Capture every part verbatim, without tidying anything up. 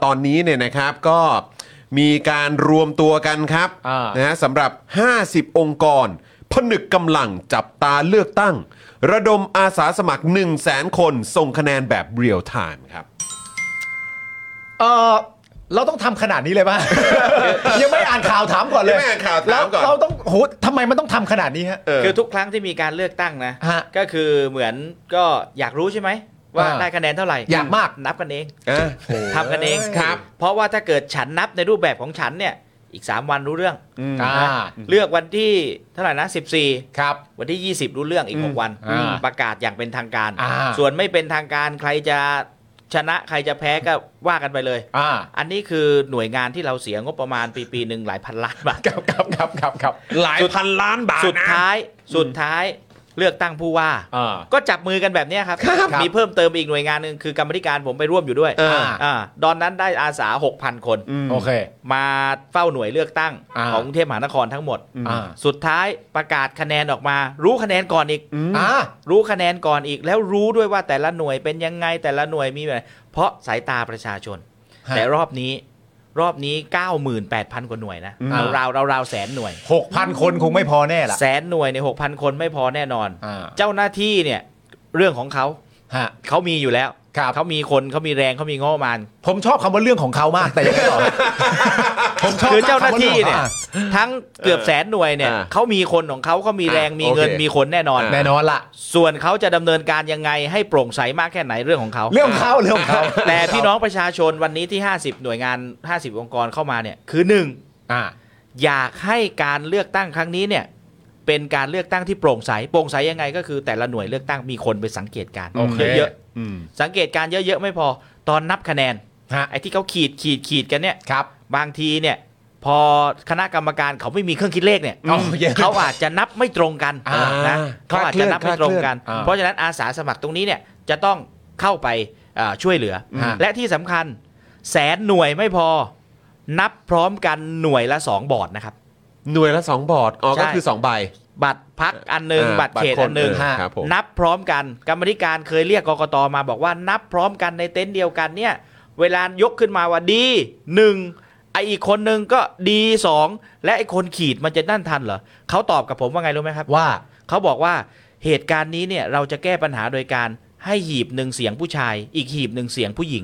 อนนี้เนี่ยนะครับก็มีการรวมตัวกันครับนะฮะสำหรับห้าสิบองค์กรผนึกกำลังจับตาเลือกตั้งระดมอาสาสมัคร หนึ่งแสน คนส่งคะแนนแบบเรียลไทม์ครับเออเราต้องทำขนาดนี้เลยป่ะ ยังไม่อ่านข่าวถามก่อนเลยยังไม่อ่านข่าวถามก่อนเราต้องโหทำไมมันต้องทำขนาดนี้ฮะคือทุกครั้งที่มีการเลือกตั้งนะก็คือเหมือนก็อยากรู้ใช่ไหมว่าได้คะแนนเท่าไหร่อยากมากนับกันเองทำกันเองครับเพราะว่าถ้าเกิดฉันนับในรูปแบบของฉันเนี่ยอีกสามวันรู้เรื่องเลือกวันที่เท่าไหร่นะสิบสี่ครับวันที่ยี่สิบรู้เรื่องอีกหกวันประกาศอย่างเป็นทางการส่วนไม่เป็นทางการใครจะชนะใครจะแพ้ก็ว่ากันไปเลยออันนี้คือหน่วยงานที่เราเสียงบประมาณปีปีหนึ่งหลายพันล้านบาทครับครับครับครับครับหลายพันล้านบาทสุดท้ายสุดท้ายเลือกตั้งผู้ว่าก็จับมือกันแบบนี้ครับมีเพิ่มเติมอีกหน่วยงานนึงคือกรรมธิการผมไปร่วมอยู่ด้วยอ่าตอนนั้นได้อาสา หกพัน คนโอเคมาเฝ้าหน่วยเลือกตั้งของกรุงเทพมหานครทั้งหมดสุดท้ายประกาศคะแนนออกมารู้คะแนนก่อนอีกรู้คะแนนก่อนอีกแล้วรู้ด้วยว่าแต่ละหน่วยเป็นยังไงแต่ละหน่วยมีอะไรเพราะสายตาประชาชนแต่รอบนี้รอบนี้ เก้าหมื่นแปดพัน กว่าหน่วยนะราวๆราวๆแสนหน่วยหกพัน คนคงไม่พอแน่ละแสนหน่วยใน หกพัน คนไม่พอแน่นอนเจ้าหน้าที่เนี่ยเรื่องของเขาเขามีอยู่แล้วเขามีคนเขามีแรงเขามีงบประมาณผมชอบคำว่าเรื่องของเขามากแต่ยังไม่ต่อผมชอบคือเจ้าหน้าที่เนี่ยทั้งเกือบแสนหน่วยเนี่ยเขามีคนของเขาเขามีแรงมีเงินมีคนแน่นอนแน่นอนละส่วนเขาจะดำเนินการยังไงให้โปร่งใสมากแค่ไหนเรื่องของเขาเรื่องของเขาเรื่องของเขาแต่พี่น้องประชาชนวันนี้ที่ห้าสิบหน่วยงานห้าสิบองค์กรเข้ามาเนี่ยคือหนึ่งอ่าอยากให้การเลือกตั้งครั้งนี้เนี่ยเป็นการเลือกตั้งที่โปร่งใสโปร่งใสยังไงก็คือแต่ละหน่วยเลือกตั้งมีคนไปสังเกตการเยอะๆสังเกตการเยอะๆไม่พอตอนนับคะแนนไอ้ที่เขาขีดขีดขีดกันเนี่ยครับบางทีเนี่ยพอคณะกรรมการเขาไม่มีเครื่องคิดเลขเนี่ยเขาอาจจะนับไม่ตรงกันนะเขาอาจจะนับไม่ตรงกันเพราะฉะนั้นอาสาสมัครตรงนี้เนี่ยจะต้องเข้าไปช่วยเหลือและที่สำคัญแสนหน่วยไม่พอนับพร้อมกันหน่วยละสองบอร์ดนะครับหน่วยละสองบอร์ดอ๋อก็คือสองใบบัตรพรรคอันนึงบัตรเขตอันนึงนับพร้อมกันกรรมธิการเคยเรียกกกตมาบอกว่านับพร้อมกันในเต็นท์เดียวกันเนี่ยเวลายกขึ้นมาว่าดีหนึ่งไออีกคนนึงก็ดีสองและไอคนขีดมันจะนั่นทันเหรอเขาตอบกับผมว่าไงรู้ไหมครับว่าเขาบอกว่าเหตุการณ์นี้เนี่ยเราจะแก้ปัญหาโดยการให้หีบหนึ่งเสียงผู้ชายอีกหีบหนึ่งเสียงผู้หญิง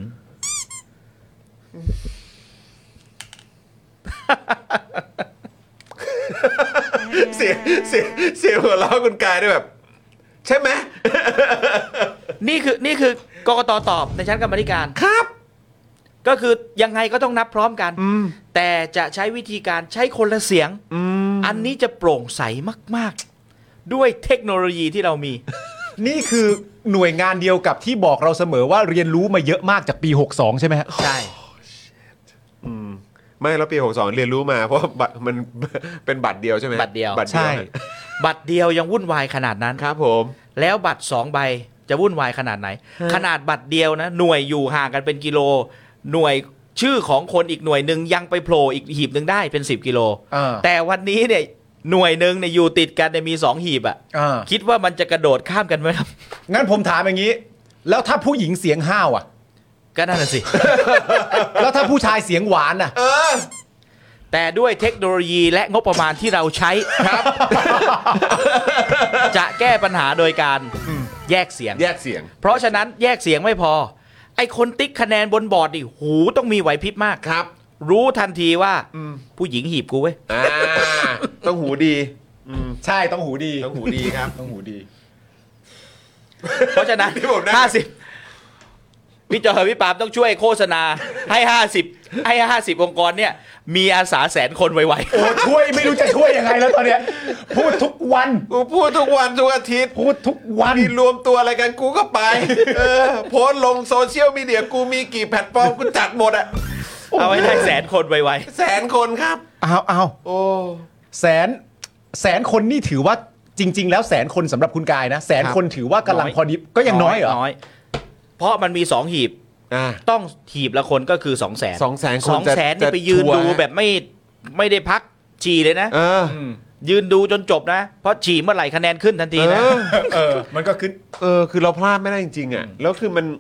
เสียงเสียงเสียงหัวเราะคุณกายด้วยแบบใช่ไหมนี่คือนี่คือกกตตอบในชั้นกรรมธิการครับก็คือยังไงก็ต้องนับพร้อมกันแต่จะใช้วิธีการใช้คนละเสียง อ, อันนี้จะโปร่งใสมากๆด้วยเทคโนโลยีที่เรามีนี่คือหน่วยงานเดียวกับที่บอกเราเสมอว่าเรียนรู้มาเยอะมากจากปีหกสิบสองใช่ไหมฮะใช่ไม่แล้วปีหกสิบสองเรียนรู้มาเพราะบัตรมันเป็นบัตรเดียวใช่ไหมบัตรเดียวใช่บัตรเดียวยังวุ่นวายขนาดนั้นครับผมแล้วบัตรสองใบจะวุ่นวายขนาดไหนขนาดบัตรเดียวนะหน่วยอยู่ห่างกันเป็นกิโลหน่วยชื่อของคนอีกหน่วยหนึ่งยังไปโผล่อีกหีบหนึ่งได้เป็นสิบกิโลแต่วันนี้เนี่ยหน่วยหนึ่งเนี่ยอยู่ติดกันเนี่ยมีสองหีบอ่ะคิดว่ามันจะกระโดดข้ามกันไหมครับงั้นผมถามอย่างนี้แล้วถ้าผู้หญิงเสียงห้าวอ่ะก็นั่นแหละสิแล้วถ้าผู้ชายเสียงหวานอ่ะเออแต่ด้วยเทคโนโลยีและงบประมาณที่เราใช้ครับ จะแก้ปัญหาโดยการแยกเสียงแยกเสียงเพราะฉะนั้นแยกเสียงไม่พอไอคนติ๊กคะแนนบนบอร์ดดิหูต้องมีไหวพริบมากครับรู้ทันทีว่าผู้หญิงหีบกูเว้ยต้องหูดีใช่ต้องหูดีต้องหูดีครับต้องหูดีเพราะฉะนั้นห้าสิบพี่จอยพี่ปาล์มต้องช่วยโฆษณาให้ห้าสิบให้ห้าสิบองค์กรเนี่ยมีอาสาแสนคนไวๆโอ้ช่วยไม่รู้จะช่วยยังไงแล้วตอนเนี้ยพูดทุกวันกูพูดทุกวันทุกอาทิตย์พูดทุกวันมีรวมตัวอะไรกันกูก็ไปเออโพสลงโซเชียลมีเดียกูมีกี่แพลตฟอร์มกูจัดหมดอะเอาไว้ให้แสนคนไวๆแสนคนครับเอาเอาโอ้แสนแสนคนนี่ถือว่าจริงๆแล้วแสนคนสำหรับคุณกายนะแสนคนถือว่ากำลังพอดีก็ยังน้อยเหรอน้อยเพราะมันมีสองหีบต้องหีบละคนก็คือสองแสนสองแสนสองแสนนี่ไปยืนดูแบบไม่ไม่ได้พักฉี่เลยนะยืนดูจนจบนะเพราะฉี่เมื่อไหร่คะแนนขึ้นทันทีนะเออมันก็ขึ้นเออคือเราพลาดไม่ได้จริงๆอ่ะแล้วคือมัน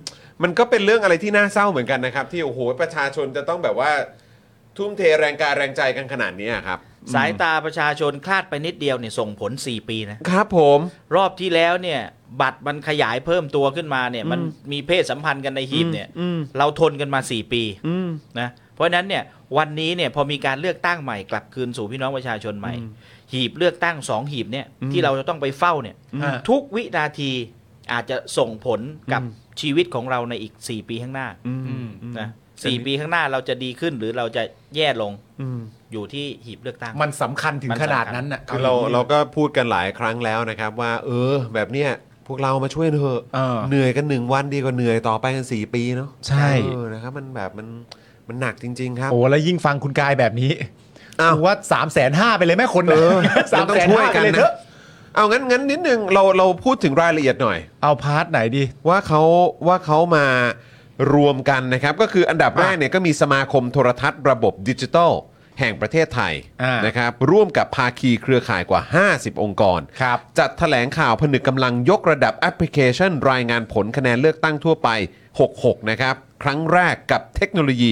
มันก็เป็นเรื่องอะไรที่น่าเศร้าเหมือนกันนะครับที่โอ้โหประชาชนจะต้องแบบว่าทุ่มเทแรงกายแรงใจกันขนาดนี้ครับสายตาประชาชนคลาดไปนิดเดียวเนี่ยส่งผลสี่ปีนะครับผมรอบที่แล้วเนี่ยบัตรมันขยายเพิ่มตัวขึ้นมาเนี่ยมันมีเพศสัมพันธ์กันในหีบเนี่ยเราทนกันมาสี่ปีนะเพราะฉะนั้นเนี่ยวันนี้เนี่ยพอมีการเลือกตั้งใหม่กลับคืนสู่พี่น้องประชาชนใหม่หีบเลือกตั้งสองหีบเนี่ยที่เราจะต้องไปเฝ้าเนี่ยทุกวินาทีอาจจะส่งผลกับชีวิตของเราในอีกสี่ปีข้างหน้านะสี่ปีข้างหน้าเราจะดีขึ้นหรือเราจะแย่ลงอยู่ที่หีบเลือกตั้งมันสำคัญถึงขนาดนั้นน่ะคือเราเราก็พูดกันหลายครั้งแล้วนะครับว่าเออแบบเนี้ยพวกเรามาช่วยเถอะเหนื่อยกันหนึ่งวันดีกว่าเหนื่อยต่อไปกันสี่ปีเนาะใช่นะครับมันแบบมันมันหนักจริงๆครับโอ้แล้วยิ่งฟังคุณกายแบบนี้เอาว่าสามแสนห้าไปเลยแม่คนเออสามแสนห้าไปเลยเถอะเอางั้นงั้นนิดนึงเราเราพูดถึงรายละเอียดหน่อยเอาพาร์ทไหนดีว่าเขาว่าเขามารวมกันนะครับก็คืออันดับแรกเนี่ยก็มีสมาคมโทรทัศน์ระบบดิจิทัลแห่งประเทศไทยนะครับร่วมกับภาคีเครือข่ายกว่าห้าสิบองค์กรจัดแถลงข่าวผนึกกำลังยกระดับแอปพลิเคชันรายงานผลคะแนนเลือกตั้งทั่วไปหกสิบหกนะครับครั้งแรกกับเทคโนโลยี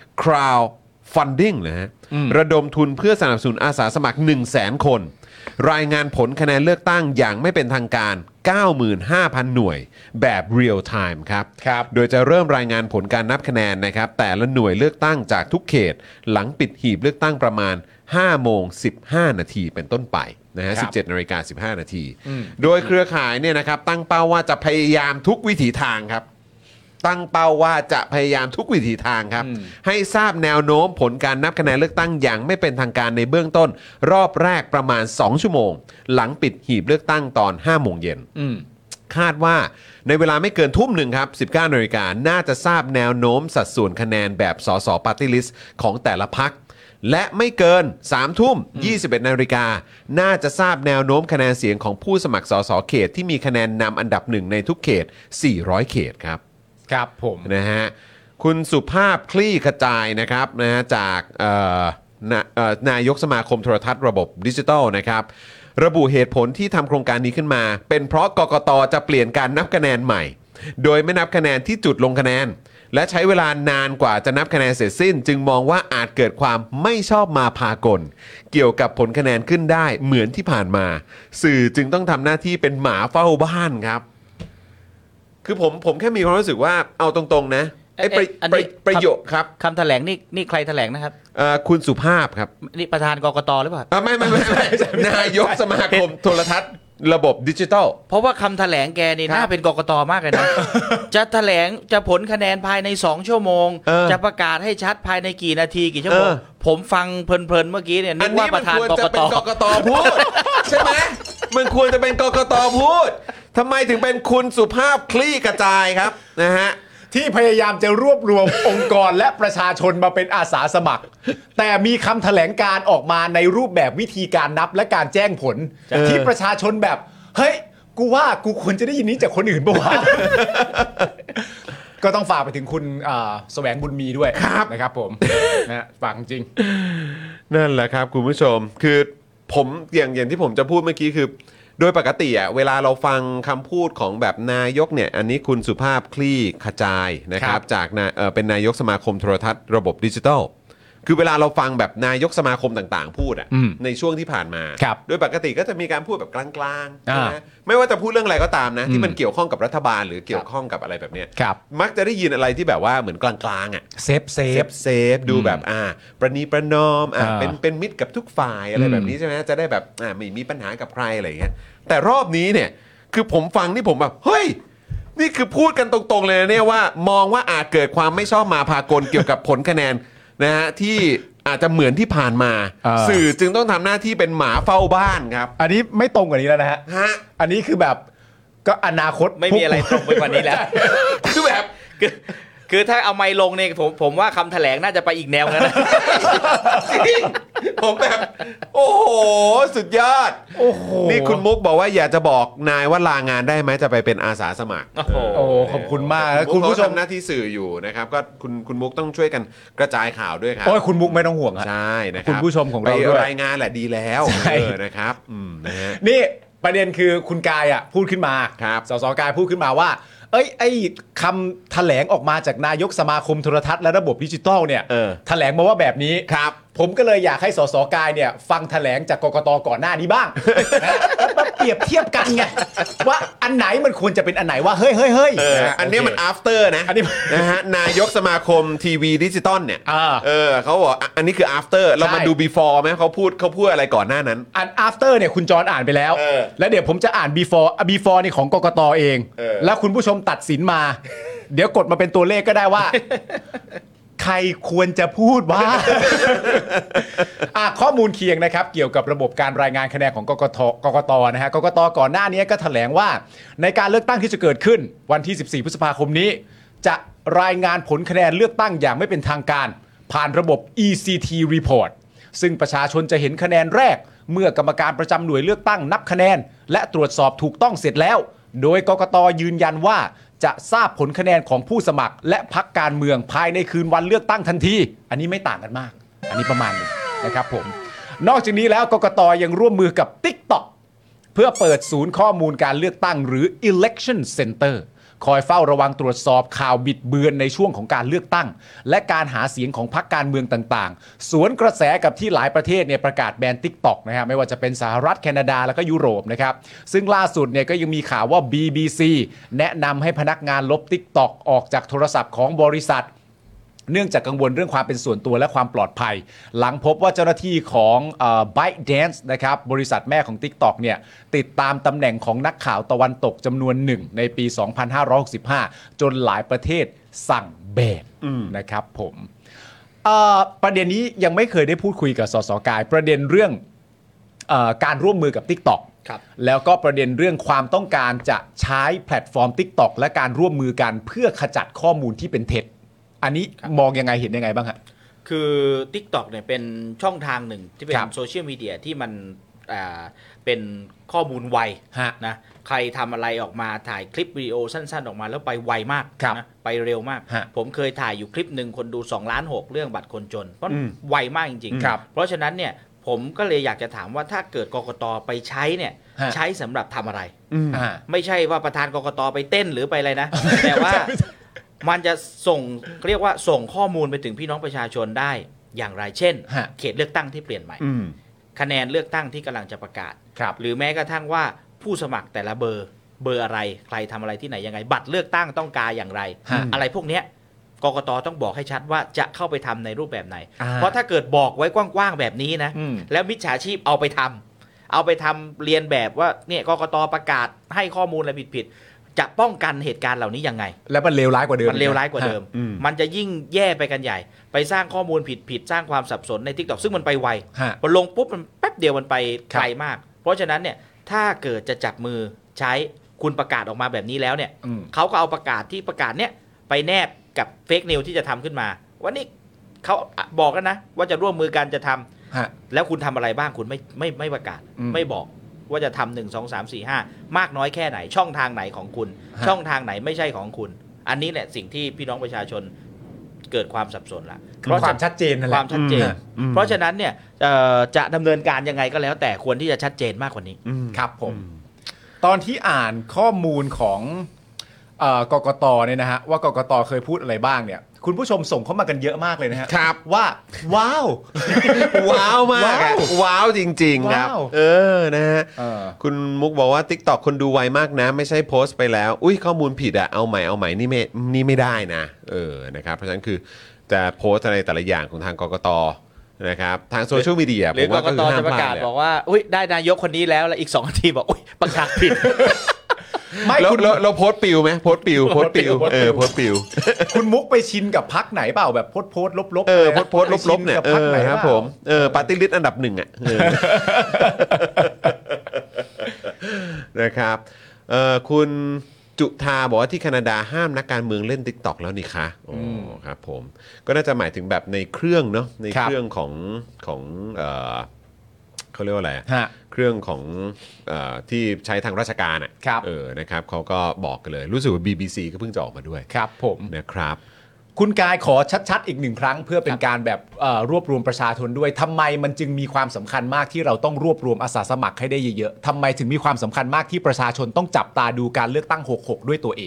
crowdfunding นะฮะระดมทุนเพื่อสนับสนุนอาสาสมัคร หนึ่งแสน คนรายงานผลคะแนนเลือกตั้งอย่างไม่เป็นทางการ เก้าหมื่นห้าพัน หน่วยแบบ real time ครับโดยจะเริ่มรายงานผลการนับคะแนนนะครับแต่ละหน่วยเลือกตั้งจากทุกเขตหลังปิดหีบเลือกตั้งประมาณ ห้าโมงสิบห้า นาทีเป็นต้นไปนะฮะ สิบเจ็ดนาฬิกาสิบห้า นาทีโดยเครือข่ายเนี่ยนะครับตั้งเป้าว่าจะพยายามทุกวิถีทางครับตั้งเป้าว่าจะพยายามทุกวิถีทางครับให้ทราบแนวโน้มผลการนับคะแนนเลือกตั้งอย่างไม่เป็นทางการในเบื้องต้นรอบแรกประมาณสองชั่วโมงหลังปิดหีบเลือกตั้งตอนห้าโมงเย็นคาดว่าในเวลาไม่เกินทุ่มหนึ่งครับสิบเก้านาฬิกาน่าจะทราบแนวโน้มสัดส่วนคะแนนแบบสสปาร์ตี้ลิสต์ของแต่ละพรรคและไม่เกินสามทุ่มยี่สิบเอ็ดนาฬิกาน่าจะทราบแนวโน้มคะแนนเสียงของผู้สมัครสสเขตที่มีคะแนนนำอันดับหนึ่งในทุกเขตสี่ร้อยเขตครับครับผมนะฮะคุณสุภาพคลี่ขจายนะครับนะฮะจากนายกสมาคมโทรทัศน์ระบบดิจิทัลนะครับระบุเหตุผลที่ทำโครงการนี้ขึ้นมาเป็นเพราะกกต.จะเปลี่ยนการนับคะแนนใหม่โดยไม่นับคะแนนที่จุดลงคะแนนและใช้เวลานานกว่าจะนับคะแนนเสร็จสิ้นจึงมองว่าอาจเกิดความไม่ชอบมาพากลเกี่ยวกับผลคะแนนขึ้นได้เหมือนที่ผ่านมาสื่อจึงต้องทำหน้าที่เป็นหมาเฝ้าบ้านครับคือผมผมแค่มีความรู้สึกว่าเอาตรงๆนะไอ้ประประโยคครับคำแถลงนี่นี่ใครแถลงนะครับคุณสุภาพครับนี่ประธานกกต.หรือเปล่าไม่ไม่ไม่ไม่นายกสมาคมโทรทัศน์ระบบดิจิทัลเพราะว่าคำแถลงแกนี่น่าเป็นกกต.มากเลยนะจะแถลงจะผลคะแนนภายในสองชั่วโมงจะประกาศให้ชัดภายในกี่นาทีกี่ชั่วโมงผมฟังเพลินๆเมื่อกี้เนี่ยนึกว่าประธานกกต. กกต.พูดใช่ไหมมันควรจะเป็นกกต.พูดทำไมถึงเป็นคุณสุภาพคลี่กระจายครับนะฮะที่พยายามจะรวบรวมองค์กรและประชาชนมาเป็นอาสาสมัครแต่มีคำแถลงการออกมาในรูปแบบวิธีการนับและการแจ้งผลที่ประชาชนแบบเฮ้ยกูว่ากูควรจะได้ยินนี้จากคนอื่นป่าววะ ก็ต้องฝากไปถึงคุณแสวงบุญมีด้วยนะครับผมนะฝากจริงนั่นแหละครับคุณผู้ชมคือผมอย่างอย่างที่ผมจะพูดเมื่อกี้คือโดยปกติอ่ะเวลาเราฟังคำพูดของแบบนายกเนี่ยอันนี้คุณสุภาพคลี่ขจายนะครับจากเอ่อเป็นนายกสมาคมโทรทัศน์ระบบดิจิทัลคือเวลาเราฟังแบบนายกสมาคมต่างๆพูดอ่ะในช่วงที่ผ่านมาโดยปกติก็จะมีการพูดแบบกลางๆนะไม่ว่าจะพูดเรื่องอะไรก็ตามนะที่มันเกี่ยวข้องกับรัฐบาลหรือเกี่ยวข้องกับอะไรแบบเนี้ยมักจะได้ยินอะไรที่แบบว่าเหมือนกลางๆอ่ะเซฟเซฟเซฟดูแบบอ่าประนีประนอมอ่าเป็นเป็นมิตรกับทุกฝ่ายอะไรแบบนี้ใช่ไหมจะได้แบบอ่าไม่มีปัญหากับใครอะไรอย่างเงี้ยแต่รอบนี้เนี่ยคือผมฟังนี่ผมแบบเฮ้ยนี่คือพูดกันตรงๆเลยนะเนี่ยว่ามองว่าอาจเกิดความไม่ชอบมาพากลเกี่ยวกับผลคะแนนนะฮะที่อาจจะเหมือนที่ผ่านมาสื่อจึงต้องทำหน้าที่เป็นหมาเฝ้าบ้านครับอันนี้ไม่ตรงกว่านี้แล้วนะฮะฮะอันนี้คือแบบก็อนาคตไม่มีอะไรตรงไปกว่านี้แล้วคือแบบคือถ้าเอาไมค์ลงเนี่ยผมผมว่าคำแถลงน่าจะไปอีกแนวนะจริงผมแบบโอ้โหสุดยอดโอ้โหนี่คุณมุกบอกว่าอยากจะบอกนายว่าลางานได้ไหมจะไปเป็นอาสาสมัครโอ้โหขอบคุณมากคุณผู้ชมหน้าที่สื่ออยู่นะครับก็คุณคุณมุกต้องช่วยกันกระจายข่าวด้วยครับโอ้ยคุณมุกไม่ต้องห่วงใช่นะครับคุณผู้ชมของเราด้วยรายงานแหละดีแล้วนะครับอืมนะฮะนี่ประเด็นคือคุณกายอ่ะพูดขึ้นมาสสกายพูดขึ้นมาว่าเอ้ยไอ้คำแถลงออกมาจากนายกสมาคมโทรทัศน์และระบบดิจิทัลเนี่ยแถลงมาว่าแบบนี้ครับผมก็เลยอยากให้สสกายเนี่ยฟังแถลงจากกกตก่อนหน้านี้บ้างมาเปรียบเทียบกันไงว่าอันไหนมันควรจะเป็นอันไหนว่าเฮ้ยเฮ้ยเฮ้ยอันนี้มัน after นะนะฮะนายกสมาคมทีวีดิจิตอลเนี่ยเออเขาบอกอันนี้คือ after เรามาดู before ไหมเขาพูดเขาพูดอะไรก่อนหน้านั้นอัน after เนี่ยคุณจรอ่านไปแล้วแล้วเดี๋ยวผมจะอ่าน before before นี่ของกกตเองแล้วคุณผู้ชมตัดสินมาเดี๋ยวกดมาเป็นตัวเลขก็ได้ว่าใครควรจะพูดว่า ข้อมูลเคียงนะครับเกี่ยวกับระบบการรายงานคะแนนของกกตกกตนะฮะกกตก่อนหน้านี้ก็แถลงว่าในการเลือกตั้งที่จะเกิดขึ้นวันที่สิบสี่พฤษภาคมนี้จะรายงานผลคะแนนเลือกตั้งอย่างไม่เป็นทางการผ่านระบบ อี ซี ที Report ซึ่งประชาชนจะเห็นคะแนนแรกเมื่อกรรมการประจำหน่วยเลือกตั้งนับคะแนนและตรวจสอบถูกต้องเสร็จแล้วโดยกกตยืนยันว่าจะทราบผลคะแนนของผู้สมัครและพรรคการเมืองภายในคืนวันเลือกตั้งทันทีอันนี้ไม่ต่างกันมากอันนี้ประมาณนึงนะครับผมนอกจากนี้แล้วกกตยังร่วมมือกับ TikTok เพื่อเปิดศูนย์ข้อมูลการเลือกตั้งหรือ Election Center คอยเฝ้าระวังตรวจสอบข่าวบิดเบือนในช่วงของการเลือกตั้งและการหาเสียงของพรรคการเมืองต่างๆสวนกระแสกับที่หลายประเทศเนี่ยประกาศแบน TikTok นะครับไม่ว่าจะเป็นสหรัฐแคนาดาแล้วก็ยุโรปนะครับซึ่งล่าสุดเนี่ยก็ยังมีข่าวว่า บี บี ซี แนะนำให้พนักงานลบ TikTok ออกจากโทรศัพท์ของบริษัทเนื่องจากกังวลเรื่องความเป็นส่วนตัวและความปลอดภัยหลังพบว่าเจ้าหน้าที่ของเอ่อ ByteDance นะครับบริษัทแม่ของ TikTok เนี่ยติดตามตำแหน่งของนักข่าวตะวันตกจำนวนหนึ่งในปี สองพันห้าร้อยหกสิบห้า จนหลายประเทศสั่งแบนนะครับผมประเด็นนี้ยังไม่เคยได้พูดคุยกับสสกายประเด็นเรื่องเอ่อการร่วมมือกับ TikTok แล้วก็ประเด็นเรื่องความต้องการจะใช้แพลตฟอร์ม TikTok และการร่วมมือกันเพื่อขจัดข้อมูลที่เป็นเท็จอันนี้มองยังไงเห็นยังไงบ้างฮะคือ TikTok เนี่ยเป็นช่องทางหนึ่งที่เป็นโซเชียลมีเดียที่มันอ่าเป็นข้อมูลไวนะใครทำอะไรออกมาถ่ายคลิปวิดีโอสั้นๆออกมาแล้วไปไวมากนะไปเร็วมากผมเคยถ่ายอยู่คลิปหนึ่งคนดูสองล้านหกเรื่องบัตรคนจนเพราะไวมากจริงๆเพราะฉะนั้นเนี่ยผมก็เลยอยากจะถามว่าถ้าเกิดกกตไปใช้เนี่ยใช้สำหรับทำอะไรไม่ใช่ว่าประธานกกตไปเต้นหรือไปอะไรนะแต่ว่ามันจะส่งเรียกว่าส่งข้อมูลไปถึงพี่น้องประชาชนได้อย่างไรเช่นเขตเลือกตั้งที่เปลี่ยนใหม่คะแนนเลือกตั้งที่กำลังจะประกาศหรือแม้กระทั่งว่าผู้สมัครแต่ละเบอร์เบอร์อะไรใครทำอะไรที่ไหนยังไงบัตรเลือกตั้งต้องการอย่างไรอะไรพวกนี้กกตต้องบอกให้ชัดว่าจะเข้าไปทำในรูปแบบไหนเพราะถ้าเกิดบอกไว้กว้างๆแบบนี้นะแล้วมิจฉาชีพเอาไปทำเอาไปทำเรียนแบบว่าเนี่ยกกตประกาศให้ข้อมูลอะไรผิดๆจะป้องกันเหตุการณ์เหล่านี้ยังไงแล้วมันเลวร้ายกว่าเดิมมันเลวร้ายกว่าเดิมมันจะยิ่งแย่ไปกันใหญ่ไปสร้างข้อมูลผิดๆสร้างความสับสนใน TikTok ซึ่งมันไปไวพอลงปุ๊บมันแป๊บเดียวมันไปไกลมากเพราะฉะนั้นเนี่ยถ้าเกิดจะจับมือใช้คุณประกาศออกมาแบบนี้แล้วเนี่ยเขาก็เอาประกาศที่ประกาศเนี่ยไปแนบกับเฟกนิวที่จะทำขึ้นมาว่านี่เขาบอกแล้วนะว่าจะร่วมมือกันจะทำแล้วคุณทำอะไรบ้างคุณไม่ไม่ไม่ประกาศไม่บอกว่าจะทำหนึ่งสองสามสี่ห้ามากน้อยแค่ไหนช่องทางไหนของคุณช่องทางไหนไม่ใช่ของคุณอันนี้แหละสิ่งที่พี่น้องประชาชนเกิดความสับสนละความชัดเจนนั่นแหละความชัดเจนเพราะฉะนั้นเนี่ยจะดำเนินการยังไงก็แล้วแต่ควรที่จะชัดเจนมากกว่านี้ครับผมตอนที่อ่านข้อมูลของกกตเนี่ยนะฮะว่ากกตเคยพูดอะไรบ้างเนี่ยคุณผู้ชมส่งเข้ามากันเยอะมากเลยนะฮะครับว่าว้าวว้าวมากว้าวจริงๆครับเออนะฮะคุณมุกบอกว่า TikTok คนดูไวมากนะไม่ใช่โพสต์ไปแล้วอุ้ยข้อมูลผิดอ่ะเอาใหม่เอาใหม่นี่ไม่นี่ไม่ได้นะเออนะครับเพราะฉะนั้นคือจะโพสต์อะไรแต่ละอย่างของทางกกตนะครับทางโซเชียลมีเดียผมว่าก็คือห้ามพลาดเลยจะประกาศบอกว่าอุ้ยได้นายกคนนี้แล้วแล้วอีกสองนาทีบอกอุ้ยประกาศผิดไม่คุณเราโพสต์ปิวไหมโพสต์ปิวโพสต์ปิวเออโพสต์ปิวคุณมุกไปชินกับพักไหนเปล่าแบบโพสต์โพสต์ลบๆเออโพสต์โพสต์ลบๆเนี่ยเออครับผมเออปาร์ตี้ลิสต์อันดับหนึ่งอ่ะนะครับเออคุณจุธาบอกว่าที่แคนาดาห้ามนักการเมืองเล่น TikTok แล้วนี่คะโอ้ครับผมก็น่าจะหมายถึงแบบในเครื่องเนาะในเครื่องของของเออเขาเรียกว่าอะไรเครื่องของเอ่อที่ใช้ทางราชการอ่ะเออนะครับเขาก็บอกกันเลยรู้สึกว่า บี บี ซี ก็เพิ่งจะออกมาด้วยครับผมนะครับคุณกายขอชัดๆอีกหนึ่งครั้งเพื่อเป็นการแบบรวบรวมประชาชนด้วยทำไมมันจึงมีความสำคัญมากที่เราต้องรวบรวมอาสาสมัครให้ได้เยอะๆทำไมถึงมีความสำคัญมากที่ประชาชนต้องจับตาดูการเลือกตั้งหกสิบหกด้วยตัวเอง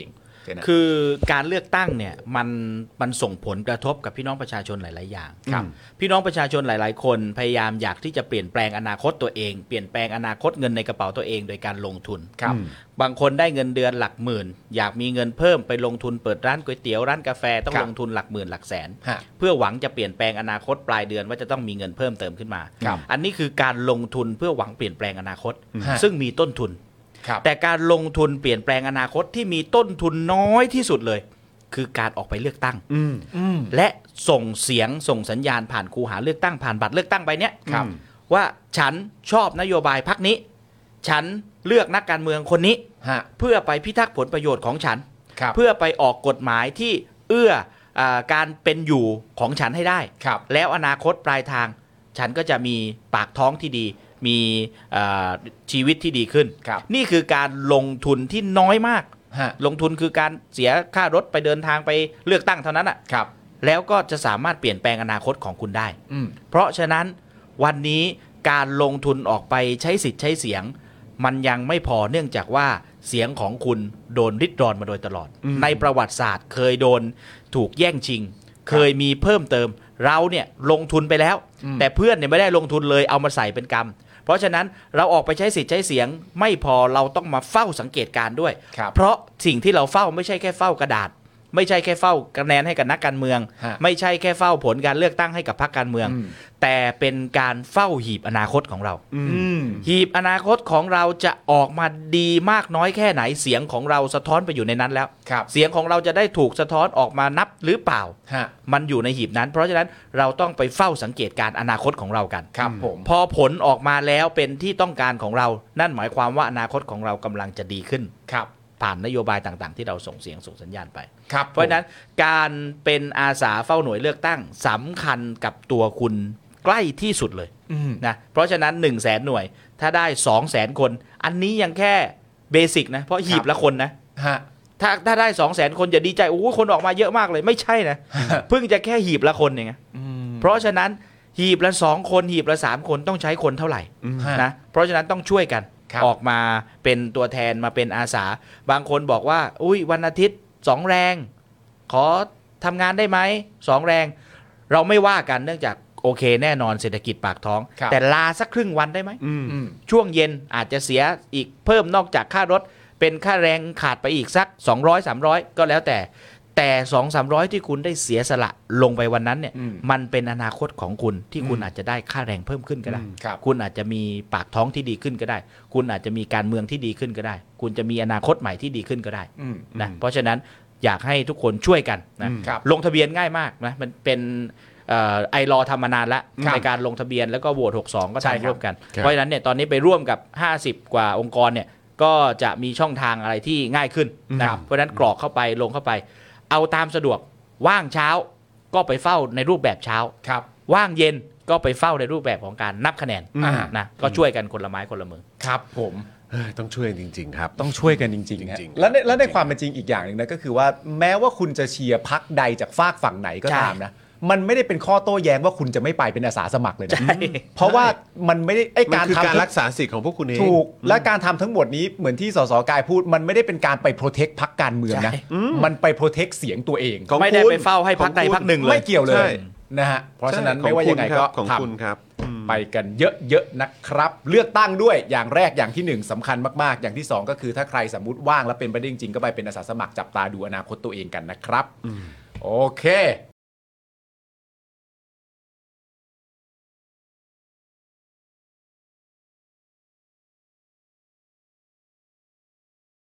คือการเลือกตั้งเนี่ยมันมันส่งผลกระทบกับพี่น้องประชาชนหลายๆอย่างครับพี่น้องประชาชนหลายๆคนพยายามอยากที่จะเปลี่ยนแปลงอนาคตตัวเองเปลี่ยนแปลงอนาคตเงินในกระเป๋าตัวเองโดยการลงทุนครับบางคนได้เงินเดือนหลักหมื่นอยากมีเงินเพิ่มไปลงทุนเปิดร้านก๋วยเตี๋ยวร้านกาแฟต้องลงทุนหลักหมื่นหลักแสนเพื่อหวังจะเปลี่ยนแปลงอนาคตปลายเดือนว่าจะต้องมีเงินเพิ่มเติมขึ้นมาอันนี้คือการลงทุนเพื่อหวังเปลี่ยนแปลงอนาคตซึ่งมีต้นทุนแต่การลงทุนเปลี่ยนแปลงอนาคตที่มีต้นทุนน้อยที่สุดเลยคือการออกไปเลือกตั้งและส่งเสียงส่งสัญญาณผ่านคูหาเลือกตั้งผ่านบัตรเลือกตั้งไปเนี้ยว่าฉันชอบนโยบายพรรคนี้ฉันเลือกนักการเมืองคนนี้เพื่อไปพิทักษ์ผลประโยชน์ของฉันเพื่อไปออกกฎหมายที่เอื้อการเป็นอยู่ของฉันให้ได้แล้วอนาคตปลายทางฉันก็จะมีปากท้องที่ดีมีชีวิตที่ดีขึ้นนี่คือการลงทุนที่น้อยมากลงทุนคือการเสียค่ารถไปเดินทางไปเลือกตั้งเท่านั้นอ่ะแล้วก็จะสามารถเปลี่ยนแปลงอนาคตของคุณได้เพราะฉะนั้นวันนี้การลงทุนออกไปใช้สิทธิ์ใช้เสียงมันยังไม่พอเนื่องจากว่าเสียงของคุณโดนริดรอนมาโดยตลอดในประวัติศาสตร์เคยโดนถูกแย่งชิงเคยมีเพิ่มเติมเราเนี่ยลงทุนไปแล้วแต่เพื่อนเนี่ยไม่ได้ลงทุนเลยเอามาใส่เป็นกรรมเพราะฉะนั้นเราออกไปใช้สิทธิ์ใช้เสียงไม่พอเราต้องมาเฝ้าสังเกตการด้วยเพราะสิ่งที่เราเฝ้าไม่ใช่แค่เฝ้ากระดาษไม่ใช่แค่เฝ้าคะแนนให้กับนักการเมืองไม่ใช่แค่เฝ้าผลการเลือกตั้งให้กับพรรคการเมืองแต่เป็นการเฝ้าหีบอนาคตของเราหีบอนาคตของเราจะออกมาดีมากน้อยแค่ไหนเสียงของเราสะท้อนไปอยู่ในนั้นแล้วเสียงของเราจะได้ถูกสะท้อนออกมานับหรือเปล่ามันอยู่ในหีบนั้นเพราะฉะนั้นเราต้องไปเฝ้าสังเกตการอนาคตของเรากันครับผมพอผลออกมาแล้วเป็นที่ต้องการของเรานั่นหมายความว่าอนาคตของเรากำลังจะดีขึ้นครับผ่านนโยบายต่างๆที่เราส่งเสียงส่งสัญญาณไปครับเพราะฉะนั้นการเป็นอาสาเฝ้าหน่วยเลือกตั้งสำคัญกับตัวคุณใกล้ที่สุดเลยนะเพราะฉะนั้น หนึ่งแสน หน่วยถ้าได้ สองแสน คนอันนี้ยังแค่เบสิกนะเพราะหีบละคนนะถ้าถ้าได้ สองแสน คนจะดีใจโอ้คนออกมาเยอะมากเลยไม่ใช่นะเพิ่งจะแค่หีบละคนเองเพราะฉะนั้นหีบละสองคนหีบละสามคนต้องใช้คนเท่าไหร่นะเพราะฉะนั้นต้องช่วยกันออกมาเป็นตัวแทนมาเป็นอาสาบางคนบอกว่าอุ้ยวันอาทิตย์สองแรงขอทำงานได้ไหมสองแรงเราไม่ว่ากันเนื่องจากโอเคแน่นอนเศรษฐกิจปากท้องแต่ลาสักครึ่งวันได้ไหมช่วงเย็นอาจจะเสียอีกเพิ่มนอกจากค่ารถเป็นค่าแรงขาดไปอีกสักสองร้อย สามร้อยก็แล้วแต่แต่ สองถึงสามร้อย ที่คุณได้เสียสละลงไปวันนั้นเนี่ยมันเป็นอนาคตของคุณที่คุณอาจจะได้ค่าแรงเพิ่มขึ้นก็ได้คุณอาจจะมีปากท้องที่ดีขึ้นก็ได้คุณอาจจะมีการเมืองที่ดีขึ้นก็ได้คุณจะมีอนาคตใหม่ที่ดีขึ้นก็ได้นะเพราะฉะนั้นอยากให้ทุกคนช่วยกันนะลงทะเบียนง่ายมากนะมันเป็นไอรอทำมานานแล้วในการลงทะเบียนแล้วก็โหวตหกสิบสองก็ทำร่วมกันเพราะฉะนั้นเนี่ยตอนนี้ไปร่วมกับห้าสิบกว่าองค์กรเนี่ยก็จะมีช่องทางอะไรที่ง่ายขึ้นนะเพราะฉะนั้นกรอกเข้าไปลงเข้าไปเอาตามสะดวกว่างเช้าก็ไปเฝ้าในรูปแบบเช้าว่างเย็นก็ไปเฝ้าในรูปแบบของการนับคะแนนนะก็ช่วยกันคนละไม้คนละมือครับผมต้องช่วยจริงๆครับต้องช่วยกันจริงๆแล้วแล้วในความเป็นจริงอีกอย่างหนึ่งนะก็คือว่าแม้ว่าคุณจะเชียร์พรรคใดจากฝากฝั่งไหนก็ตามนะมันไม่ได้เป็นข้อโต้แย้งว่าคุณจะไม่ไปเป็นอาสาสมัครเลยนะเพราะว่ามันไม่ได้ไอ้การทำการรักษาสิทธิ์ของพวกคุณเองถูกและการทำทั้งหมดนี้เหมือนที่สสกายพูดมันไม่ได้เป็นการไปโปรเทคพรรคการเมืองนะมันไปโปรเทคเสียงตัวเองไม่ได้ไปเฝ้าให้พรรคใดพรรคหนึ่งเลยไม่เกี่ยวเลยนะฮะเพราะฉะนั้นไม่ว่ายังไงก็ทำไปกันเยอะๆนะครับเลือกตั้งด้วยอย่างแรกอย่างที่หนึ่งสำคัญมากๆอย่างที่สองก็คือถ้าใครสมมุติว่างแล้วเป็นประเด็นจริงก็ไปเป็นอาสาสมัครจับตาดูอนาคตตัวเองกันนะครับโอเค